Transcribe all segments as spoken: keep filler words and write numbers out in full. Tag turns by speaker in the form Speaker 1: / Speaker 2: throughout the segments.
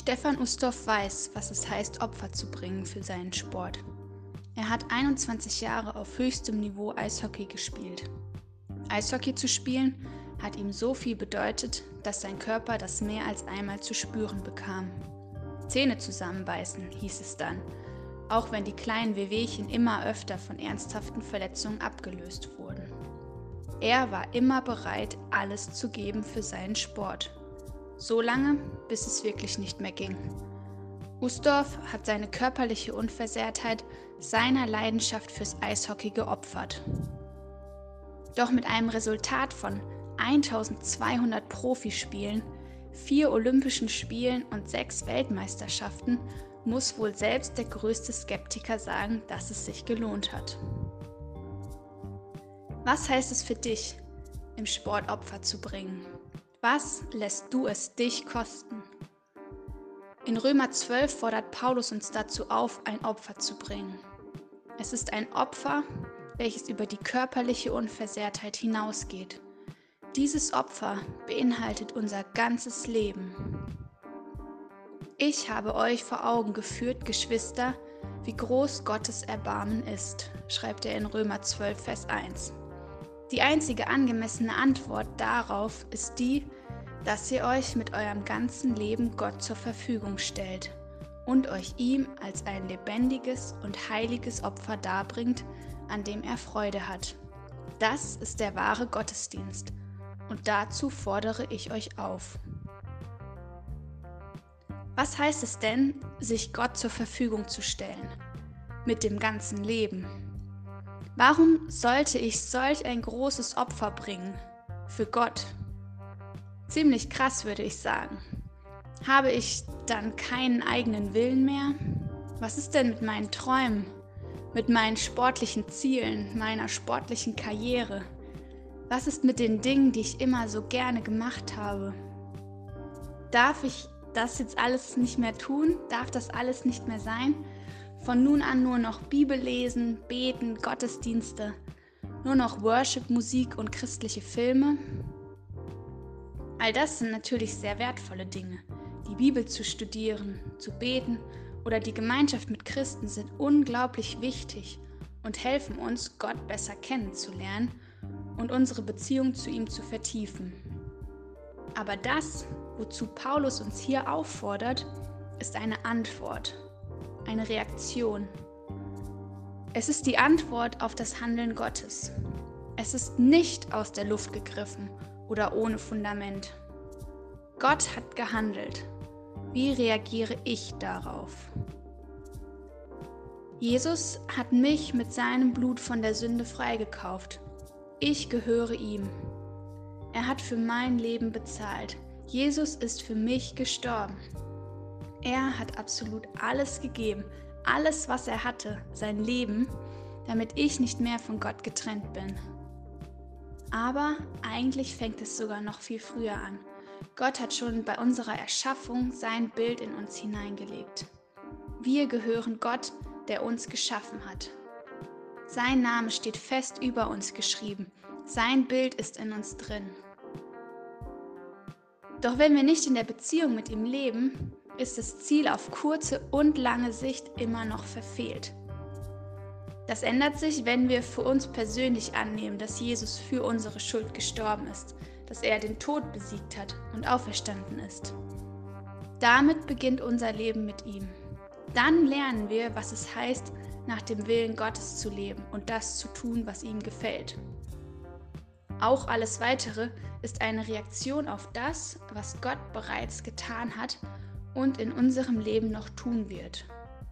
Speaker 1: Stefan Ustorf weiß, was es heißt, Opfer zu bringen für seinen Sport. Er hat einundzwanzig Jahre auf höchstem Niveau Eishockey gespielt. Eishockey zu spielen hat ihm so viel bedeutet, dass sein Körper das mehr als einmal zu spüren bekam. Zähne zusammenbeißen, hieß es dann, auch wenn die kleinen Wehwehchen immer öfter von ernsthaften Verletzungen abgelöst wurden. Er war immer bereit, alles zu geben für seinen Sport. So lange, bis es wirklich nicht mehr ging. Ustorf hat seine körperliche Unversehrtheit seiner Leidenschaft fürs Eishockey geopfert. Doch mit einem Resultat von eintausendzweihundert Profispielen, vier Olympischen Spielen und sechs Weltmeisterschaften muss wohl selbst der größte Skeptiker sagen, dass es sich gelohnt hat. Was heißt es für dich, im Sport Opfer zu bringen? Was lässt du es dich kosten? In Römer zwölf fordert Paulus uns dazu auf, ein Opfer zu bringen. Es ist ein Opfer, welches über die körperliche Unversehrtheit hinausgeht. Dieses Opfer beinhaltet unser ganzes Leben. Ich habe euch vor Augen geführt, Geschwister, wie groß Gottes Erbarmen ist, schreibt er in Römer zwölf, Vers eins. Die einzige angemessene Antwort darauf ist die, dass ihr euch mit eurem ganzen Leben Gott zur Verfügung stellt und euch ihm als ein lebendiges und heiliges Opfer darbringt, an dem er Freude hat. Das ist der wahre Gottesdienst und dazu fordere ich euch auf. Was heißt es denn, sich Gott zur Verfügung zu stellen? Mit dem ganzen Leben. Warum sollte ich solch ein großes Opfer bringen? Für Gott. Ziemlich krass, würde ich sagen. Habe ich dann keinen eigenen Willen mehr? Was ist denn mit meinen Träumen? Mit meinen sportlichen Zielen, meiner sportlichen Karriere? Was ist mit den Dingen, die ich immer so gerne gemacht habe? Darf ich das jetzt alles nicht mehr tun? Darf das alles nicht mehr sein? Von nun an nur noch Bibel lesen, beten, Gottesdienste, nur noch Worship, Musik und christliche Filme? All das sind natürlich sehr wertvolle Dinge. Die Bibel zu studieren, zu beten oder die Gemeinschaft mit Christen sind unglaublich wichtig und helfen uns, Gott besser kennenzulernen und unsere Beziehung zu ihm zu vertiefen. Aber das, wozu Paulus uns hier auffordert, ist eine Antwort. Eine Reaktion. Es ist die Antwort auf das Handeln Gottes. Es ist nicht aus der Luft gegriffen oder ohne Fundament. Gott hat gehandelt. Wie reagiere ich darauf? Jesus hat mich mit seinem Blut von der Sünde freigekauft. Ich gehöre ihm. Er hat für mein Leben bezahlt. Jesus ist für mich gestorben. Er hat absolut alles gegeben, alles, was er hatte, sein Leben, damit ich nicht mehr von Gott getrennt bin. Aber eigentlich fängt es sogar noch viel früher an. Gott hat schon bei unserer Erschaffung sein Bild in uns hineingelegt. Wir gehören Gott, der uns geschaffen hat. Sein Name steht fest über uns geschrieben. Sein Bild ist in uns drin. Doch wenn wir nicht in der Beziehung mit ihm leben, ist das Ziel auf kurze und lange Sicht immer noch verfehlt. Das ändert sich, wenn wir für uns persönlich annehmen, dass Jesus für unsere Schuld gestorben ist, dass er den Tod besiegt hat und auferstanden ist. Damit beginnt unser Leben mit ihm. Dann lernen wir, was es heißt, nach dem Willen Gottes zu leben und das zu tun, was ihm gefällt. Auch alles Weitere ist eine Reaktion auf das, was Gott bereits getan hat und in unserem Leben noch tun wird.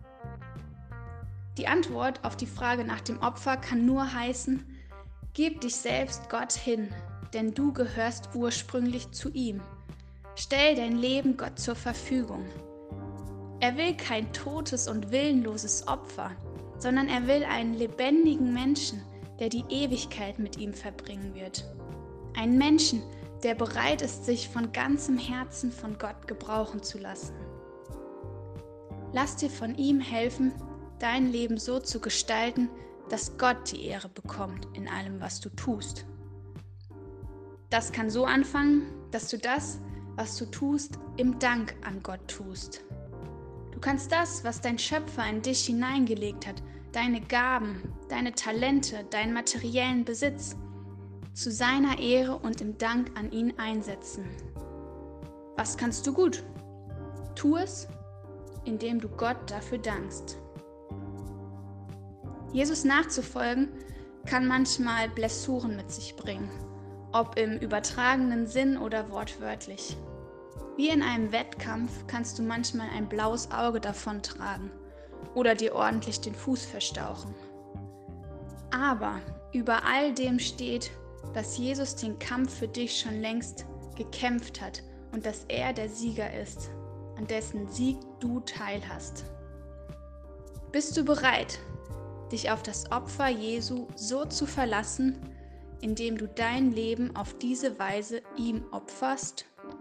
Speaker 1: Die Antwort auf die Frage nach dem Opfer kann nur heißen: Gib dich selbst Gott hin, denn du gehörst ursprünglich zu ihm. Stell dein Leben Gott zur Verfügung. Er will kein totes und willenloses Opfer, sondern er will einen lebendigen Menschen, der die Ewigkeit mit ihm verbringen wird. Einen Menschen, der bereit ist, sich von ganzem Herzen von Gott gebrauchen zu lassen. Lass dir von ihm helfen, dein Leben so zu gestalten, dass Gott die Ehre bekommt in allem, was du tust. Das kann so anfangen, dass du das, was du tust, im Dank an Gott tust. Du kannst das, was dein Schöpfer in dich hineingelegt hat, deine Gaben, deine Talente, deinen materiellen Besitz, zu seiner Ehre und im Dank an ihn einsetzen. Was kannst du gut? Tu es, indem du Gott dafür dankst. Jesus nachzufolgen kann manchmal Blessuren mit sich bringen, ob im übertragenen Sinn oder wortwörtlich. Wie in einem Wettkampf kannst du manchmal ein blaues Auge davontragen oder dir ordentlich den Fuß verstauchen. Aber über all dem steht, dass Jesus den Kampf für dich schon längst gekämpft hat und dass er der Sieger ist, an dessen Sieg du teilhast. Bist du bereit, dich auf das Opfer Jesu so zu verlassen, indem du dein Leben auf diese Weise ihm opferst?